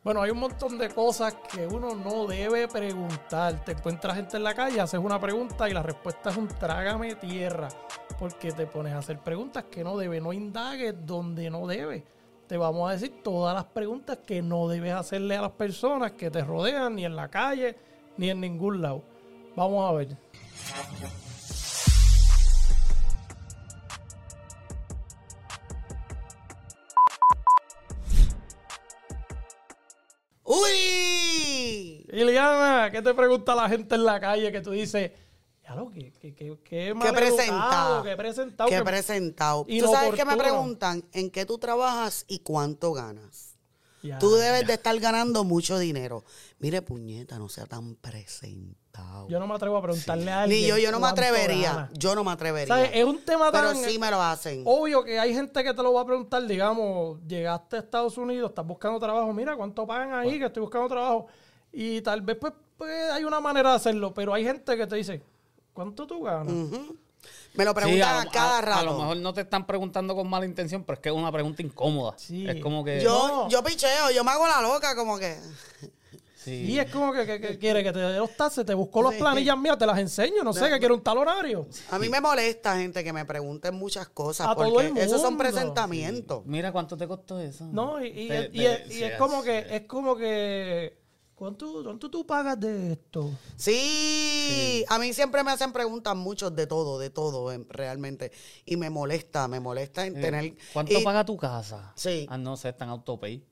Bueno, hay un montón de cosas que uno no debe preguntar. Te encuentras gente en la calle, haces una pregunta y la respuesta es un trágame tierra. Porque te pones a hacer preguntas que no debes. No indagues donde no debes. Te vamos a decir todas las preguntas que no debes hacerle a las personas que te rodean, ni en la calle, ni en ningún lado. Vamos a ver. ¡Uy! Iliana, ¿qué te pregunta la gente en la calle que tú dices, ya lo que presentado. Qué presentado. Qué presentado. ¿Tú sabes qué me preguntan? ¿En qué tú trabajas y cuánto ganas? Tú debes de estar ganando mucho dinero. Mire, puñeta, no sea tan presentado. Yo no me atrevo a preguntarle a alguien. Ni yo no me atrevería. Gana. Yo no me atrevería. ¿Sabes? Es un tema pero tan... sí me lo hacen. Obvio que hay gente que te lo va a preguntar, digamos, llegaste a Estados Unidos, estás buscando trabajo, mira, ¿cuánto pagan ahí? Que estoy buscando trabajo. Y tal vez, pues hay una manera de hacerlo, pero hay gente que te dice, ¿cuánto tú ganas? Me lo preguntan a cada rato. A lo mejor no te están preguntando con mala intención, pero es que es una pregunta incómoda. Sí. Es como que... Yo picheo, yo me hago la loca, como que... Sí. Y es como que quiere que te dé los taxes, te busco las planillas mías, te las enseño, no sé, que quiere un talonario. A mí me molesta gente que me pregunten muchas cosas, A porque todo el mundo. esos son presentamientos. Mira cuánto te costó eso. No, es como que ¿cuánto tú pagas de esto? Sí, a mí siempre me hacen preguntas muchos de todo, realmente. Y me molesta en tener... ¿Cuánto paga tu casa? Sí. Ah, no sé, está en autopay.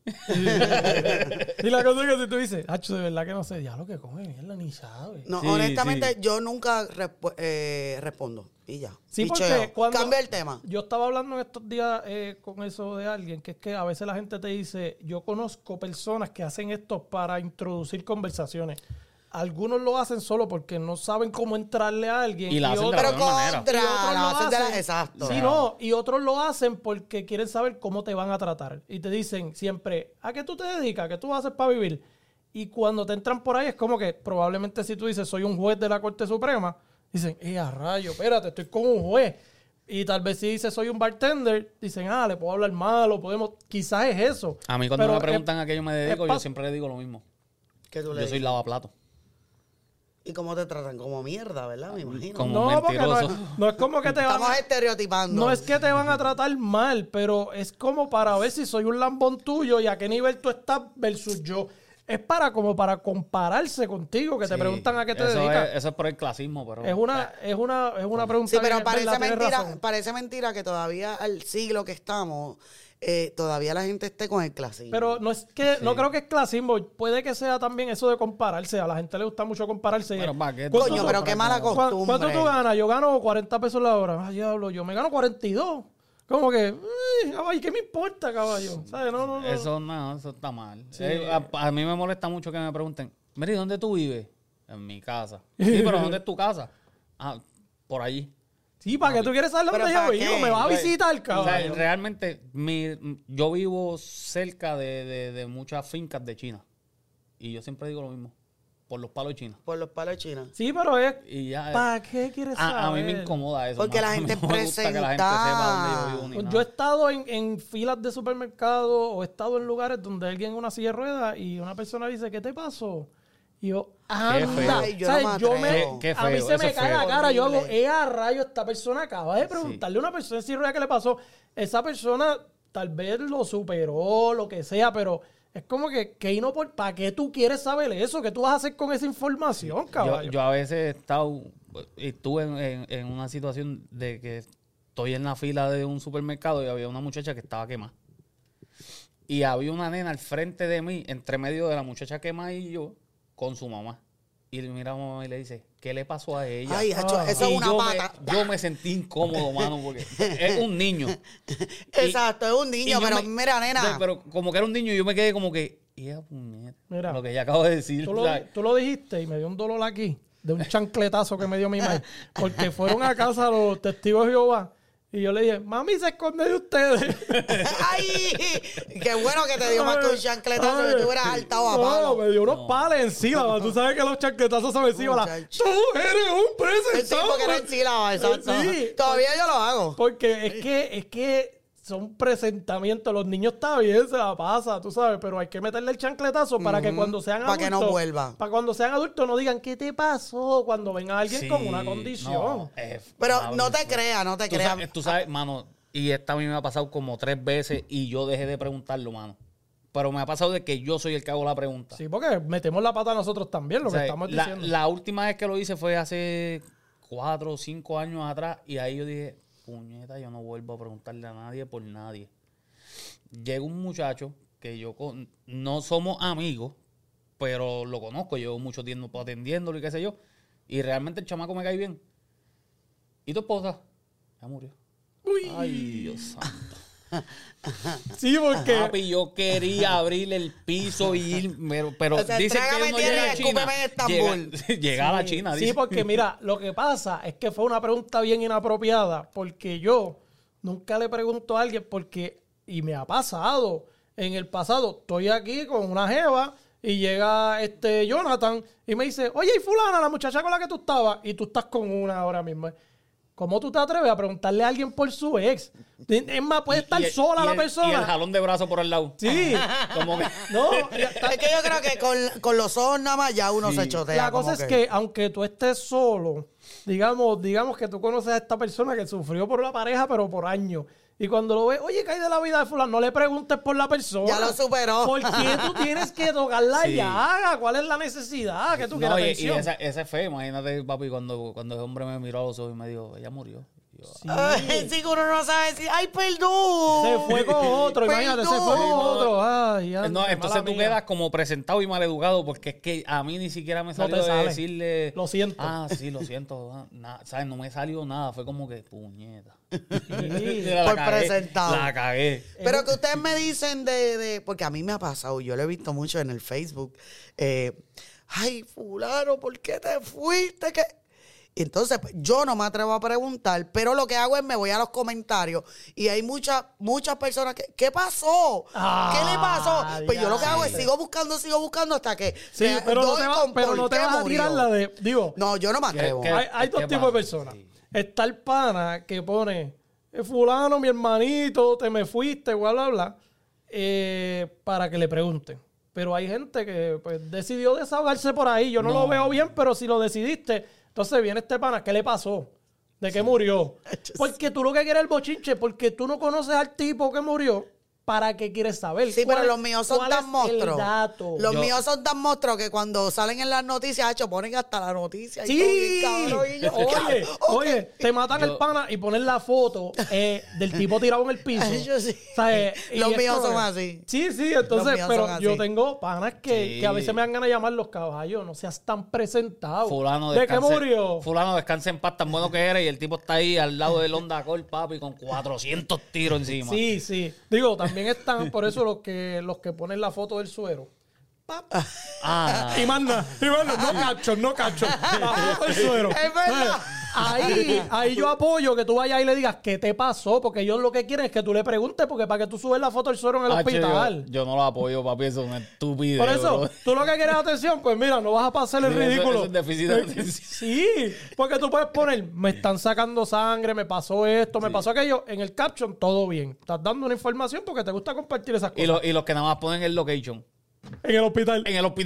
Y la cosa es que si tú dices, de verdad que no sé, ya lo que come mierda, ni sabe. No, Sí, honestamente, yo nunca respondo. Y ya. Sí, Picheo. porque cuando Cambia el tema. Yo estaba hablando en estos días con eso de alguien, que es que a veces la gente te dice, yo conozco personas que hacen esto para introducir conversaciones. Algunos lo hacen solo porque no saben cómo entrarle a alguien. Y la hacen de la Pero mejor manera. contra, exacto. Sí, no, y otros lo hacen porque quieren saber cómo te van a tratar. Y te dicen siempre, ¿a qué tú te dedicas? ¿Qué tú haces para vivir? Y cuando te entran por ahí es como que probablemente si tú dices, soy un juez de la Corte Suprema, dicen, a rayo, espérate, estoy con un juez. Y tal vez si dices, soy un bartender, dicen, le puedo hablar malo, quizás es eso. A mí cuando Pero me preguntan a qué yo me dedico, yo siempre le digo lo mismo. ¿Qué tú le Yo soy dices? lavaplatos. ¿Y cómo te tratan? Como mierda, ¿verdad? Me imagino. Como No, porque mentiroso. no es como que te van Estamos estereotipando. No es que te van a tratar mal, pero es como para ver si soy un lambón tuyo y a qué nivel tú estás versus yo. Es para compararse contigo, que te preguntan a qué te dedicas. Eso es por el clasismo, pero... Es una pregunta. Sí, pero que es verdad, tienes razón. parece mentira que todavía al siglo que estamos, todavía la gente esté con el clasismo. Pero no es que, no creo que es clasismo. Puede que sea también eso de compararse. A la gente le gusta mucho compararse. Pero, Coño, pero qué mala costumbre. ¿Cuánto tú ganas? Yo gano 40 pesos la hora. Ay, diablo, yo me gano 42. Como que, ay, ¿qué me importa, caballo? ¿Sabes? No. Eso está mal. Sí. A mí me molesta mucho que me pregunten, mira, ¿y dónde tú vives? En mi casa. Sí, pero ¿dónde es tu casa? Por allí. Sí, ¿para qué tú quieres saber dónde yo vivo? ¿Me vas a visitar, O caballo? sea, realmente, yo vivo cerca de muchas fincas de China. Y yo siempre digo lo mismo. Por los palos de China. Por los palos de China. Sí, pero es... Y ya, ¿Para qué quieres saber? a mí me incomoda eso. Porque la gente No me gusta que la gente sepa dónde yo vivo ni Pues nada. yo he estado en filas de supermercado o he estado en lugares donde alguien en una silla de ruedas y una persona dice, ¿qué te pasó? Y yo, Qué feo. Ay, yo ¿sabes? no me Yo atrevo. Qué a mí feo, se eso me es cae la feo. cara. Yo hago, Horrible. a rayo, esta persona acaba de preguntarle a una persona en silla de ruedas qué le pasó. Esa persona tal vez lo superó, lo que sea, pero... Es como que ¿para qué tú quieres saber eso? ¿Qué tú vas a hacer con esa información, caballo? Yo a veces estuve en una situación de que estoy en la fila de un supermercado y había una muchacha que estaba quemada. Y había una nena al frente de mí, entre medio de la muchacha quemada y yo, con su mamá. Y le mira a mamá y le dice, ¿qué le pasó a ella? Ay, hacho, eso es Y una pata. yo me sentí incómodo, mano, porque es un niño. Exacto, es un Y niño, yo pero me- mira, nena. Pero como que era un niño, yo me quedé como que, puñeta, Mira. lo que ella acabo de decir. Tú lo dijiste y me dio un dolor aquí, de un chancletazo que me dio mi madre, porque fueron a casa los testigos de Jehová y yo le dije, mami se esconde de ustedes. ¡Ay! Qué bueno que te dio más que un chancletazo que tú hubieras saltado a No, palo. me dio unos pales en sílabas. Tú sabes que los chancletazos son en sílabas. Muchacho. Tú eres un El tipo que era presentador. en sílaba, exacto. Sí. Todavía yo lo hago. Porque es que son presentamientos. Los niños está bien, se la pasa, tú sabes, pero hay que meterle el chancletazo para que cuando sean adultos... Para que no vuelva. Para cuando sean adultos no digan, ¿qué te pasó? Cuando venga alguien con una condición. No, pero no te creas, no te creas. Tú sabes, mano, y esta a mí me ha pasado como 3 veces y yo dejé de preguntarlo, mano. Pero me ha pasado de que yo soy el que hago la pregunta. Sí, porque metemos la pata nosotros también, que estamos diciendo. La última vez que lo hice fue hace 4 o 5 años atrás y ahí yo dije, puñeta, yo no vuelvo a preguntarle a nadie por nadie. Llega un muchacho que no somos amigos, pero lo conozco, llevo mucho tiempo atendiéndolo y qué sé yo, y realmente el chamaco me cae bien. ¿Y tu esposa? Ya murió. Uy. Ay, Dios santo. Sí, porque... Papi, yo quería abrirle el piso y ir, pero O sea, dicen que uno llega a China. En Estambul. Llega a la China. Sí, porque mira, lo que pasa es que fue una pregunta bien inapropiada, porque yo nunca le pregunto a alguien, y me ha pasado, en el pasado, estoy aquí con una jeva y llega Jonathan y me dice, oye, y fulana, la muchacha con la que tú estabas, y tú estás con una ahora mismo. ¿Cómo tú te atreves a preguntarle a alguien por su ex? Es más, puede estar sola la persona. Y el jalón de brazo por el lado. Sí. Como que... No, es que yo creo que con los ojos nada más ya uno se chotea. La cosa es que aunque tú estés solo, digamos que tú conoces a esta persona que sufrió por la pareja, pero por años. Y cuando lo ves, oye, ¿qué hay de la vida de fulano? No le preguntes por la persona. Ya lo superó. ¿Por qué tú tienes que tocar la llaga? ¿Cuál es la necesidad? Que tú quieras atención. Y ese fue, imagínate, papi, cuando ese hombre me miró a los ojos y me dijo, ella murió. Yo, sí. Ay, sí, uno no sabe decir, ¡ay, perdón! Se fue con otro, imagínate, se fue con otro. Ay, no, entonces tú quedas como presentado y maleducado, porque es que a mí ni siquiera me salió de decirle... Lo siento. Ah, sí, lo siento. ¿Sabes? No me salió nada. Fue como que, puñeta. Sí, por presentado. La cagué. Pero que ustedes me dicen porque a mí me ha pasado, yo lo he visto mucho en el Facebook. Ay, fulano, ¿por qué te fuiste? Entonces, yo no me atrevo a preguntar, pero lo que hago es me voy a los comentarios y hay muchas personas que, ¿qué pasó? ¿Qué le pasó? Pues yo lo que hago es sigo buscando hasta que sí, pero no te vas a tirar la de... Digo, no, yo no me atrevo. Hay dos tipos de personas. Sí. Está el pana que pone, fulano, mi hermanito, te me fuiste, bla, bla, bla, para que le pregunten. Pero hay gente que pues, decidió desahogarse por ahí. Yo no lo veo bien, pero si lo decidiste... Entonces viene este pana, ¿qué le pasó? ¿De qué murió? Porque tú lo que quieres es el bochinche, porque tú no conoces al tipo que murió. ¿Para qué quieres saber? Sí, pero los míos son tan monstruos. Los míos son tan monstruos que cuando salen en las noticias, ponen hasta la noticia. Sí. Oye, te matan el pana y ponen la foto del tipo tirado en el piso. Sí. O sea, los míos son así. Sí, entonces, pero yo tengo panas que a veces me dan ganas de llamar los caballos. No seas tan presentado. Fulano, ¿de qué murió? Fulano, descansa en paz, tan bueno que eres. Y el tipo está ahí al lado del Honda Accord, papi, con 400 tiros encima. Sí. Digo, también están por eso los que ponen la foto del suero. Y manda, no cacho. La foto del suero. Es verdad. Ahí yo apoyo que tú vayas y le digas qué te pasó, porque ellos lo que quieren es que tú le preguntes, porque para que tú subes la foto del suero en el hospital. Yo no lo apoyo, papi, eso es una estupidez. Por eso, bro. Tú lo que quieres atención, pues mira, no vas a pasar el ridículo. Eso es déficit de atención. Sí, porque tú puedes poner, me están sacando sangre, me pasó esto, me pasó aquello. En el caption, todo bien. Estás dando una información porque te gusta compartir esas cosas. Y los que nada más ponen el location. En el hospital.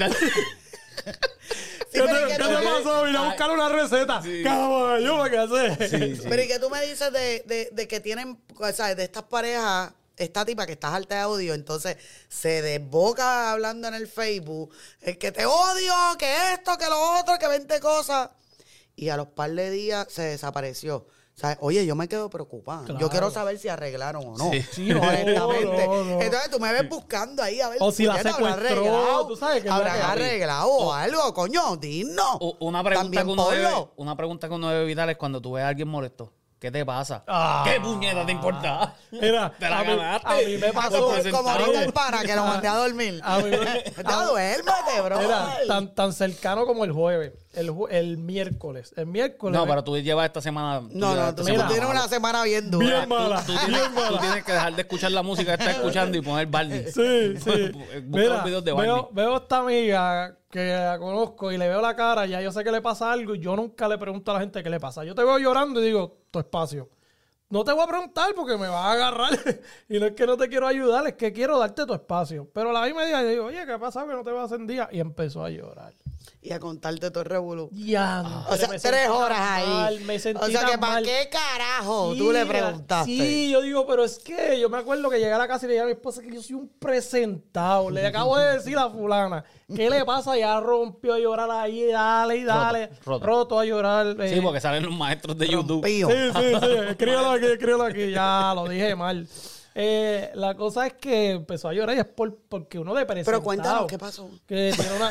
Sí, ¿Qué te pasó? Vine a buscar una receta. Sí. Caballo, ¿qué haces? Sí. Pero ¿y qué tú me dices de que tienen, ¿sabes? De estas parejas, esta tipa que está alta de odio, entonces se desboca hablando en el Facebook, el que te odio, que esto, que lo otro, que 20 cosas. Y a los par de días se desapareció. O sea, oye, yo me quedo preocupada. Claro. Yo quiero saber si arreglaron o no. Sí, honestamente. No. Entonces tú me ves buscando ahí a ver o si la secuestró. ¿Tú sabes que habrán arreglado o algo, coño, digno. Una pregunta que uno debe evitar es cuando tú ves a alguien molesto. ¿Qué te pasa? ¿Qué puñeta te importa? Mira, te la ganaste. A mí me pasó como ahorita el pana que lo mandé a dormir. Duérmete, bro. Mira, tan cercano como el jueves. El miércoles. No, pero tú llevas esta semana. Tú tienes una semana bien dura. Bien mala. Tú tienes que dejar de escuchar la música que estás escuchando y poner Barney. Sí. Busca videos de Barney. Veo a esta amiga que la conozco y le veo la cara, ya yo sé que le pasa algo y yo nunca le pregunto a la gente qué le pasa. Yo te veo llorando y digo, tu espacio. no te voy a preguntar porque me vas a agarrar. Y no es que no te quiero ayudar, es que quiero darte tu espacio. Pero a la misma día le digo, oye, ¿qué pasa que no te vas a hacer día? Y empezó a llorar. Y a contarte todo el revolú. Ya, O sea, 3 horas ahí. Me sentí o sea, tan que ¿para mal. qué carajo Sí, tú le preguntaste? Sí, yo digo, pero es que yo me acuerdo que llegué a la casa y le dije a mi esposa que yo soy un presentado. Le acabo de decir a fulana, ¿qué le pasa? Ya rompió a llorar ahí, dale y dale. Roto a llorar. Sí, porque salen los maestros de YouTube. Rompío. Sí. Escríbelo aquí. Ya lo dije mal. La cosa es que empezó a llorar y es porque uno de presentado. Pero cuéntanos, ¿qué pasó? Que tiene una...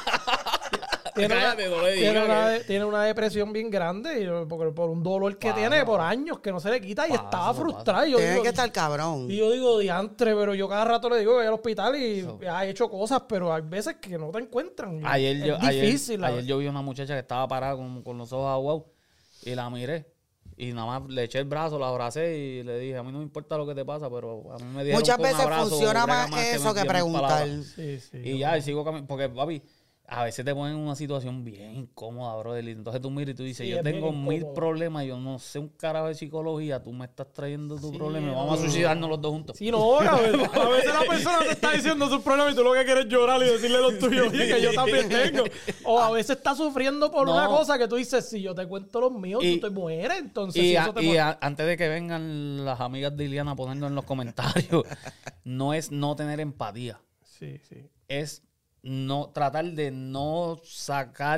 Cállate, no le digas tiene una depresión bien grande por un dolor que tiene por años que no se le quita y estaba frustrado. Tiene que estar cabrón. Y yo digo, diantre, pero yo cada rato le digo que voy al hospital y ha hecho cosas, pero hay veces que no te encuentran. Es difícil. Ayer yo vi una muchacha que estaba parada con los ojos aguados y la miré. Y nada más le eché el brazo, la abracé y le dije, a mí no me importa lo que te pasa, pero a mí me dieron Muchas con un veces abrazo, funciona brega más eso que 10.000 preguntar. palabras. Sí, Y ya, y sigo caminando. Porque, papi, a veces te ponen en una situación bien incómoda, brother. Y entonces tú miras y tú dices, Sí, yo es bien tengo 1000 incómodo. problemas, yo no sé un carajo de psicología, tú me estás trayendo tu problema y vamos a suicidarnos los dos juntos. Sí, no, a veces la persona te está diciendo sus problemas y tú lo que quieres es llorar y decirle los tuyos, oye, que yo también tengo. O a veces está sufriendo por una cosa que tú dices, si yo te cuento los míos, tú te mueres. Entonces, si eso te antes de que vengan las amigas de Iliana a ponernos en los comentarios, no es no tener empatía. Sí. Es no tratar de no sacar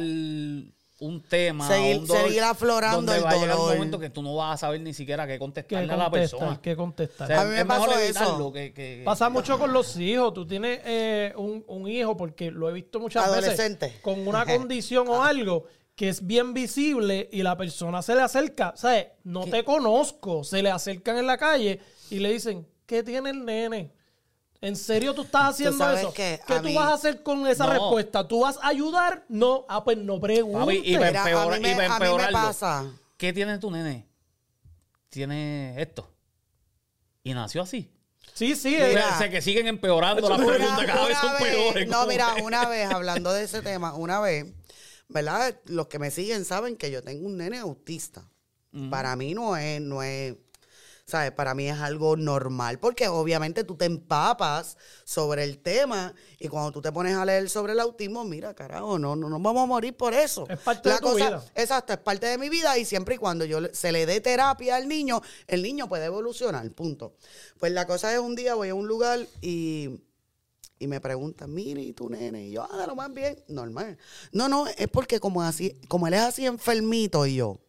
un tema, Seguir aflorando donde el va a llegar un dolor. momento que tú no vas a saber ni siquiera qué contestarle ¿Qué a la persona. ¿Qué contestar? O sea, A mí me es mejor pasó evitarlo eso. Pasa mucho con los hijos. Tú tienes un hijo, porque lo he visto muchas Adolescente. veces, con una condición o algo que es bien visible y la persona se le acerca. ¿Sabes? No te conozco. Se le acercan en la calle y le dicen, ¿qué tiene el nene? ¿En serio tú estás haciendo sabes eso? que ¿Qué a tú mí- vas a hacer con esa No. respuesta? ¿Tú vas a ayudar? No. Ah, pues no preguntes. Papi, y Mira, a mí me empeorarlo. pasa. ¿Qué tiene tu nene? Tiene esto. Y nació así. Sí. Mira. O sea, que siguen empeorando las preguntas, cada vez son peores. No, mira, una vez, hablando de ese tema, una vez, ¿verdad? Los que me siguen saben que yo tengo un nene autista. Para mí no es, ¿sabes? Para mí es algo normal, porque obviamente tú te empapas sobre el tema y cuando tú te pones a leer sobre el autismo, mira, carajo, no vamos a morir por eso. Es parte de tu vida. Exacto, es parte de mi vida y siempre y cuando se le dé terapia al niño, el niño puede evolucionar, punto. Pues la cosa es, un día voy a un lugar y me preguntan, mire, ¿y tu nene? Y yo, de lo más bien, normal. No, es porque como él es así enfermito y yo...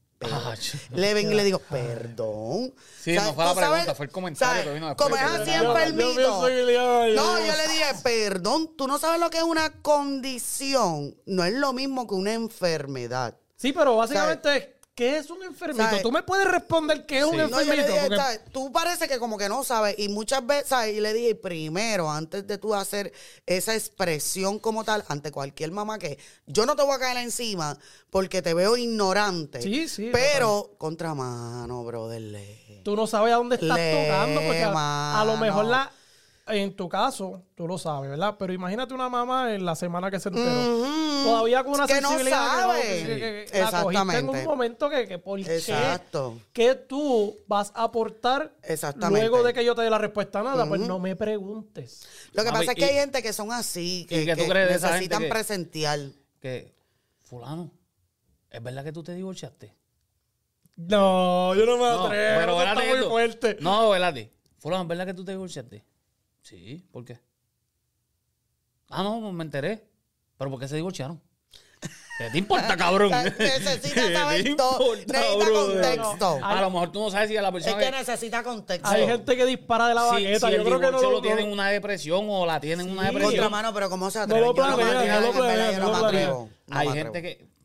Le ven y le digo, perdón. Sí, no fue la pregunta, fue el comentario que vino después. Como es así Yo enfermito. pienso que No, yo le dije, perdón, tú no sabes lo que es una condición. No es lo mismo que una enfermedad. Sí, pero básicamente es, ¿qué es un enfermito? ¿Sabes? Tú me puedes responder qué es un No, yo le enfermito. dije, Porque- ¿sabes? Tú parece que como que no sabes. Y muchas veces, ¿sabes? Y le dije, primero, antes de tú hacer esa expresión como tal, ante cualquier mamá, que yo no te voy a caer encima porque te veo ignorante. Sí, Pero, contramano, brother. Tú no sabes a dónde estás tocando, porque a lo mano. mejor en tu caso, tú lo sabes, ¿verdad? Pero imagínate una mamá en la semana que se enteró. Todavía con una Que no sensibilidad sabe. que la cogiste en Exactamente. un momento que ¿por qué? Exacto. ¿Qué tú vas a aportar Exactamente. luego de que yo te dé la respuesta? Nada, pues no me preguntes. Lo que Mami, pasa es que hay gente que son así, ¿y que, qué tú que crees de esa necesitan gente que- presentear. Que, fulano, ¿es verdad que tú te divorciaste? No, yo no me No, atrevo. pero eso está velate muy esto. fuerte. No, velate. Fulano, ¿es verdad que tú te divorciaste? Sí, ¿por qué? Ah, no, me enteré. ¿Pero por qué se divorciaron? ¿Qué te importa, cabrón? Necesita saber ¿Qué te todo. importa, Necesita brother? contexto. A lo mejor tú no sabes si a la Es persona que necesita contexto. Hay gente que dispara de la si baqueta. el Yo creo que no divorcio lo lo tienen una depresión o la tienen una Sí. depresión. Contramano, pero ¿cómo se No atreve? lo Yo no me planea, atrevo, no lo en verdad, planea, yo no lo me planea. atrevo. No Hay me gente atrevo. que,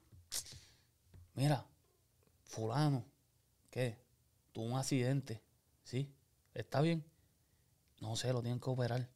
mira, fulano, ¿qué? Tuvo un accidente, ¿sí? ¿Está bien? No sé, lo tienen que operar.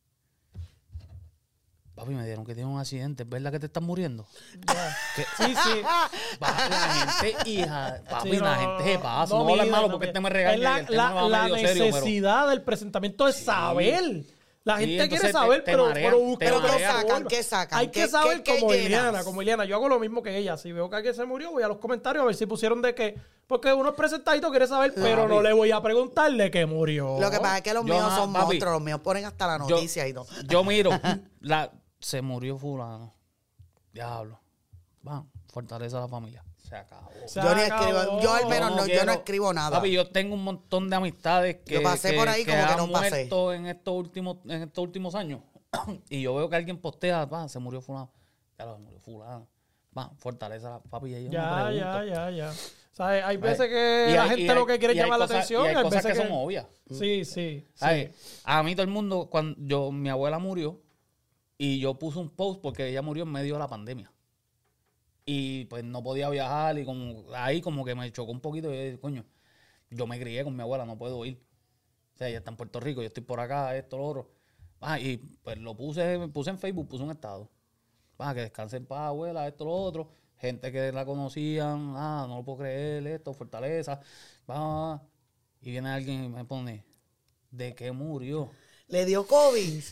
Papi, me dieron que tiene un accidente. ¿Es verdad que te estás muriendo? ¿Qué? Sí. La gente, hija, papi, Sí, la gente se pasa. No, habla mide, malo no porque mide. este me regaña y el Es tema va la medio serio, pero... necesidad del presentamiento es saber. La Sí, gente quiere entonces saber, te pero marean, busca te Pero una ¿qué marean. sacan? forma. ¿Qué sacan? Hay que ¿Qué- saber qué como llenas? Iliana, como Iliana. Yo hago lo mismo que ella. Si veo que alguien se murió, voy a los comentarios a ver si pusieron de qué. Porque uno es presentadito, quiere saber, pero no le voy a preguntar de qué murió. Lo que pasa es que los Yo míos nada, son papi, monstruos. Los míos ponen hasta la noticia y todo. Yo miro, se murió fulano. Diablo. Va, fortaleza a la familia. Se acabó. Se Yo ni acabó. escribo, yo al menos no, yo no quiero- escribo nada. Papi, yo tengo un montón de amistades que, Yo pasé por ahí como que han no pasé. muerto en estos últimos años. Y yo veo que alguien postea, va, se murió fulano. Ya lo murió fulano. Va, fortaleza, papi. Y yo me pregunto. Ya. ¿Sabes? Hay veces que Y la hay- gente y hay- lo que quiere y es hay llamar la cosas- atención. y hay cosas veces que son obvias. Sí. ¿Sabes? A mí todo el mundo, mi abuela murió y yo puse un post porque ella murió en medio de la pandemia. Y pues no podía viajar y como que me chocó un poquito. Y yo dije, coño, yo me crié con mi abuela, no puedo ir. O sea, ella está en Puerto Rico, yo estoy por acá, esto, lo otro. Y pues puse en Facebook, puse un estado. Que descanse en paz, abuela, esto, lo otro. Gente que la conocían, no lo puedo creer, esto, fortaleza. Y viene alguien y me pone, ¿de qué murió? Le dio COVID.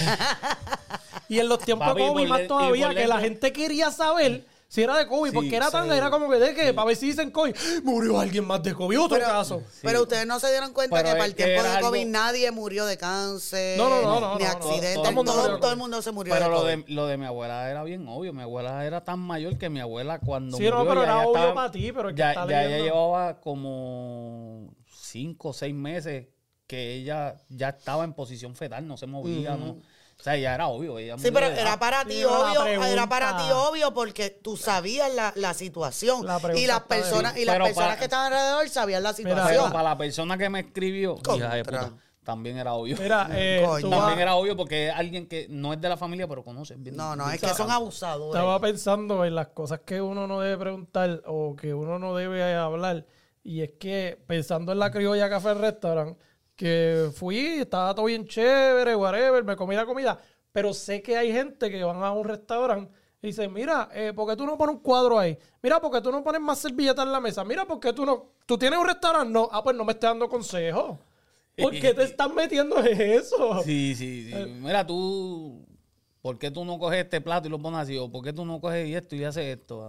Y en los tiempos Papi, de COVID por más le- y todavía, por que la dentro- gente quería saber si era de COVID, Sí, porque era tan, sí. era como que de que, para ver si dicen COVID, murió alguien más de COVID, otro caso. Pero ustedes no se dieron cuenta Pero que para es el que tiempo era de COVID algo- nadie murió de cáncer, No, ni no. accidente. Todo el mundo murió de Todo el mundo se murió de Pero COVID. lo de mi abuela era bien obvio. Mi abuela era tan mayor que mi abuela cuando Sí, murió... no, pero ya era obvio estaba- para ti, pero el que ya, está ya ella leyendo- llevaba como 5 o 6 meses que ella ya estaba en posición fetal, no se movía, ¿no? O sea, ya era obvio. Ella Sí, murió pero de era edad. para ti Sí, pero la obvio, pregunta- era para ti obvio porque tú sabías la situación La pregunta y las está de- personas Sí, y las pero personas para- que estaban alrededor sabían la Pero situación. para la persona que me escribió, hija de Contra. puta, también era obvio. Mira, Coño. tú También vas- era obvio porque es alguien que no es de la familia, pero conoce bien. No, bien es que son cercano. abusadores. estaba pensando en las cosas que uno no debe preguntar o que uno no debe hablar. Y es que pensando en la Criolla Café Restaurant, que fui, estaba todo bien chévere, whatever, me comí la comida. Pero sé que hay gente que van a un restaurante y dicen, mira, ¿por qué tú no pones un cuadro ahí? Mira, ¿por qué tú no pones más servilletas en la mesa? Mira, ¿por qué tú no? ¿Tú tienes un restaurante? No. Pues no me estés dando consejos. ¿Por qué te estás metiendo en eso? Sí. Mira, tú, ¿por qué tú no coges este plato y lo pones así? ¿O por qué tú no coges esto y haces esto?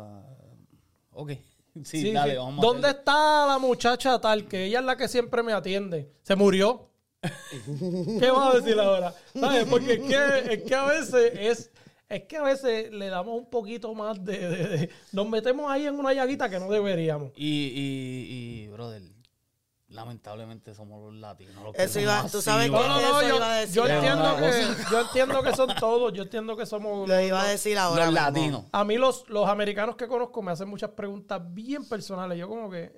Ok. Sí, dale, vamos a ¿Dónde hacerlo. está la muchacha tal? Que ella es la que siempre me atiende. Se murió. ¿Qué vas a decir ahora? ¿Sabes? Porque es que a veces a veces le damos un poquito más nos metemos ahí en una llaguita que no deberíamos. Y brother, lamentablemente somos los latinos. Los que Eso iba- somos tú sabes así, que- bro. Eso yo, iba a decir. yo Es entiendo una yo entiendo que son todos, yo entiendo que somos Lo iba a decir ahora Los mismo. latinos. a mí los americanos que conozco me hacen muchas preguntas bien personales. Yo como que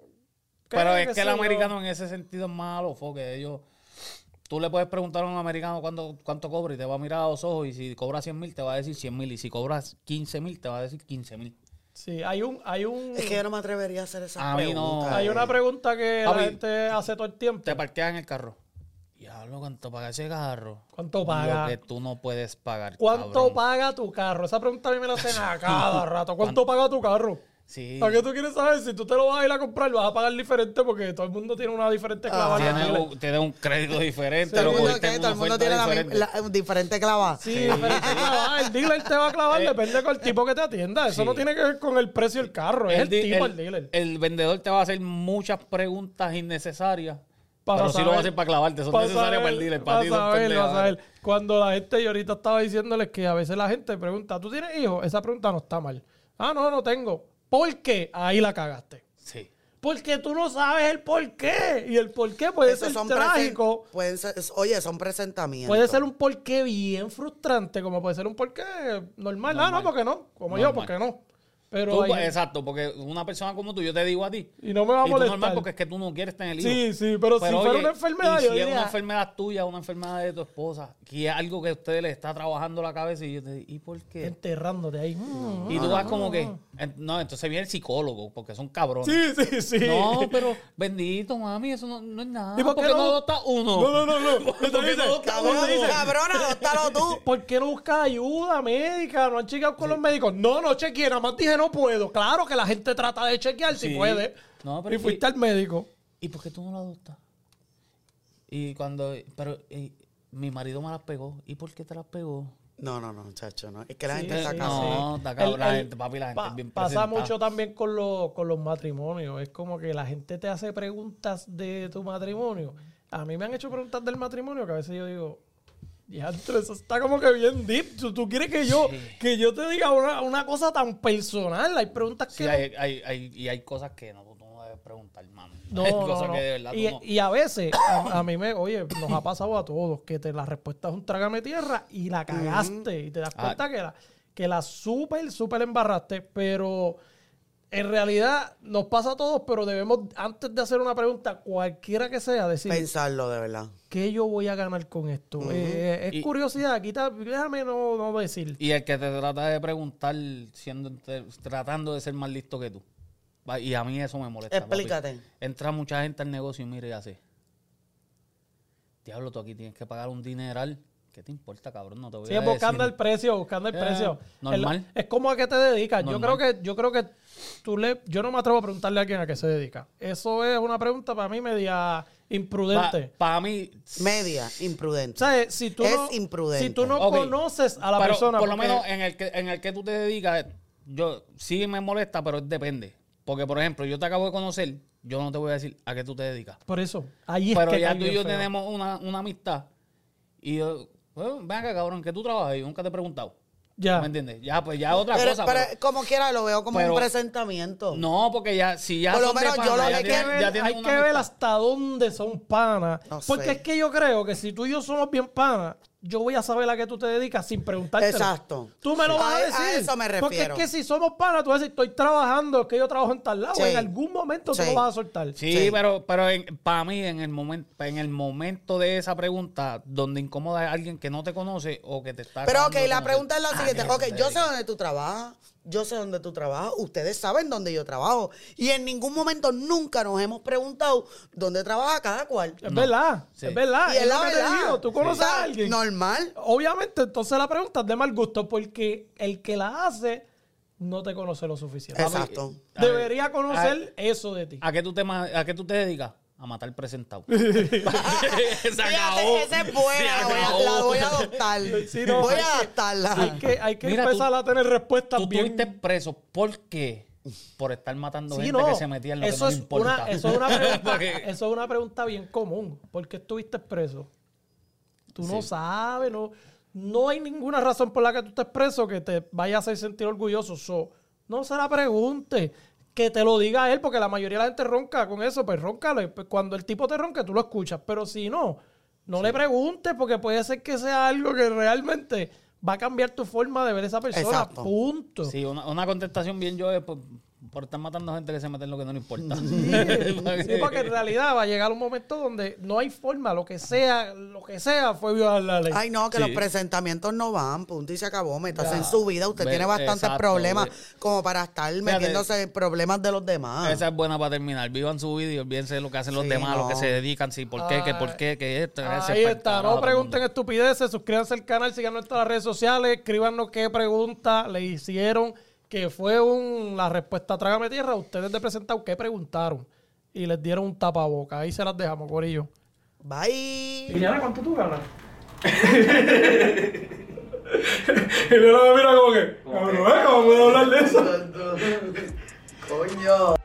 Pero ¿qué es que sé el yo? americano en ese sentido es malo, porque ellos... Tú le puedes preguntar a un americano cuánto cobra y te va a mirar a los ojos y si cobra 100,000 te va a decir 100,000 y si cobras 15,000 te va a decir 15,000. Sí, hay un Es que yo no me atrevería a hacer esa A mí no. pregunta. hay una pregunta que Papi, la gente hace todo el tiempo. Te parqueas en el carro. Diablo, ¿cuánto paga ese carro? ¿Cuánto paga? Lo que tú no puedes pagar, ¿Cuánto cabrón. paga tu carro? Esa pregunta a mí me la hacen a cada rato. ¿Cuánto paga tu carro? Sí. ¿Para qué tú quieres saber? Si tú te lo vas a ir a comprar, vas a pagar diferente porque todo el mundo tiene una diferente clava. en el dealer. Tiene un crédito diferente. Todo lo el mundo, cogiste en ¿qué? una Todo el mundo oferta tiene la diferente. misma, diferente clava. Sí, diferente clava. El dealer te va a clavar, depende con el tipo que te atienda. Eso Sí. no tiene que ver con el precio del carro, es el tipo, el dealer. El vendedor te va a hacer muchas preguntas innecesarias. Para Pero sí lo va a hacer para clavarte. Son necesarias para el dealer. Para ti son saber, pendejadas. para saber. Cuando la gente, yo ahorita estaba diciéndoles que a veces la gente pregunta, ¿tú tienes hijos? Esa pregunta no está mal. Ah, no tengo. ¿Por qué? Ahí la cagaste. Sí. Porque tú no sabes el por qué. Y el por qué puede Esos ser son trágico. pueden ser, oye, son presentamientos. Puede ser un porqué bien frustrante, como puede ser un porqué normal. Ah, no, porque no. Como yo, Normal. porque no. Pero Tú, hay- exacto, porque una persona como tú, yo te digo a ti. y no me va a Y tú molestar. normal porque es que tú no quieres tener hijos. Sí, pero si fuera oye, una enfermedad, y yo si es diría, una enfermedad tuya, una enfermedad de tu esposa, que es algo que a usted le está trabajando la cabeza y yo te digo, ¿y por qué? enterrándote ahí. Y tú vas como que, no, entonces viene el psicólogo, porque son cabrones. Sí. No, pero bendito, mami, eso no es nada. ¿Y por qué porque no? no adoptas uno? No. ¿Por qué no adoptas Cabrón, uno? cabrón, adóptalo tú. ¿Por qué no buscas ayuda médica? ¿No han chequeado con los médicos? No chequeé, nada más dije no puedo. Claro que la gente trata de chequear si Sí. puede. No, pero y fuiste al médico. ¿Y por qué tú no lo adoptas? Y cuando, pero mi marido me las pegó. ¿Y por qué te las pegó? No, chacho, no. Es que la Sí, gente está sí, acá. No, está cabrón, la gente, papi, la gente es bien Pasa presentada. mucho también con los matrimonios. Es como que la gente te hace preguntas de tu matrimonio. A mí me han hecho preguntas del matrimonio que a veces yo digo, diantre, eso está como que bien deep. ¿Tú quieres que yo te diga una cosa tan personal? Hay preguntas que Sí, hay cosas que no, tú no debes preguntar, mami. No, Hay no, cosas no. que de verdad tú no. Y a veces, a mí oye, nos ha pasado a todos, que la respuesta es un trágame tierra y la cagaste. Y te das cuenta que la súper embarraste, pero en realidad nos pasa a todos, pero debemos, antes de hacer una pregunta, cualquiera que sea, decir, Pensarlo, de verdad. ¿qué yo voy a ganar con esto? Es Y- curiosidad, déjame no decir. Y el que te trata de preguntar tratando de ser más listo que tú. Y a mí eso me molesta. papi. Explícate. Entra mucha gente al negocio y mire y hace. Diablo, tú aquí tienes que pagar un dineral. ¿Qué te importa, cabrón? No te voy Sí, a es buscando el decir. precio, buscando el precio. Normal. Es como a qué te dedicas. Normal. Yo creo que yo no me atrevo a preguntarle a alguien a qué se dedica. Eso es una pregunta para mí media imprudente. Para mí, Media, imprudente. ¿Sabes? Si tú Es no, imprudente. Si tú no Ok. conoces a la pero persona. por lo porque- menos en el que tú te dedicas, yo sí me molesta, pero depende. Porque, por ejemplo, yo te acabo de conocer, yo no te voy a decir a qué tú te dedicas. Por eso. Ahí es Pero que ya cae tú y bien yo feo. tenemos una amistad. Y yo, bueno, ven acá, cabrón, que tú trabajas y nunca te he preguntado. Ya. ¿Me entiendes? Ya, pues ya otra Pero, cosa. pero pero- como quiera, lo veo como pero- un presentamiento. no, porque ya, si ya Por lo son de menos yo pana, lo ya que Hay que tienen- ver, ya tienen hay una que ver amistad. hasta dónde son panas. No Porque sé. es que yo creo que si tú y yo somos bien panas, yo voy a saber a qué tú te dedicas sin preguntarte. Exacto. Tú me lo vas a A decir. eso me Porque es refiero. que si somos panas, tú vas a decir, estoy trabajando, es que yo trabajo en tal lado. Sí. En algún momento tú Sí. lo vas a soltar. Sí, Sí. pero para mí, en el momento de esa pregunta, donde incomoda a alguien que no te conoce o que te está... Pero ok, acabando de la conocer, pregunta es la siguiente. ¿a Ok, qué te yo sé dedicas? dónde tú trabajas. Yo sé dónde tú trabajas. Ustedes saben dónde yo trabajo. Y en ningún momento nunca nos hemos preguntado dónde trabaja cada cual. Es No. verdad, Sí. es verdad. Y es Es lo la que te verdad. digo. Tú conoces O sea, a alguien. normal. Obviamente, entonces la pregunta es de mal gusto porque el que la hace no te conoce lo suficiente. Exacto. A ver, Debería conocer eso de ti. ¿A qué tú te dedicas? A matar presentado. Se acabó. Fíjate, esa es buena. Se La voy a acabó. adoptar. Sí, no, voy hay a que- adaptarla. Hay que Mira, empezar a tener respuestas Tú bien. estuviste preso. ¿Por qué? Por estar matando Sí, gente no. que se metía en lo eso que no es le importa. eso es una pregunta, Porque- eso es una pregunta bien común. ¿Por qué estuviste preso? Tú no sabes, no hay ninguna razón por la que tú estés preso que te vaya a hacer sentir orgulloso. No se la pregunte. Que te lo diga él, porque la mayoría de la gente ronca con eso, pues róncale. Pues cuando el tipo te ronque, tú lo escuchas. Pero si no le preguntes, porque puede ser que sea algo que realmente va a cambiar tu forma de ver a esa persona. Exacto. Punto. Sí, una contestación bien yo es por estar matando gente que se mete en lo que no le importa. Sí, porque en realidad va a llegar un momento donde no hay forma, lo que sea fue violar la ley. Ay, no, que Sí. los presentamientos no van, punto y se acabó. Métase en su vida. Usted Ve, tiene bastantes exacto, problemas ve. como para estar metiéndose en problemas de los demás. Esa es buena para terminar. Vivan su vida y olvídense de lo que hacen los Sí, demás, no. lo que se dedican, sí, por qué, que esto. ese Ahí es está, para no todo el pregunten mundo. estupideces, suscríbanse al canal, síganos en todas las redes sociales, escríbanos qué pregunta le hicieron, que fue la respuesta Trágame Tierra, ustedes de presentado qué preguntaron y les dieron un tapaboca, ahí se las dejamos, corillo. Bye. Liliana, ¿cuánto tú ganas? Y Liliana me mira como que, cabrón, ¿cómo puedo hablar de eso? Coño.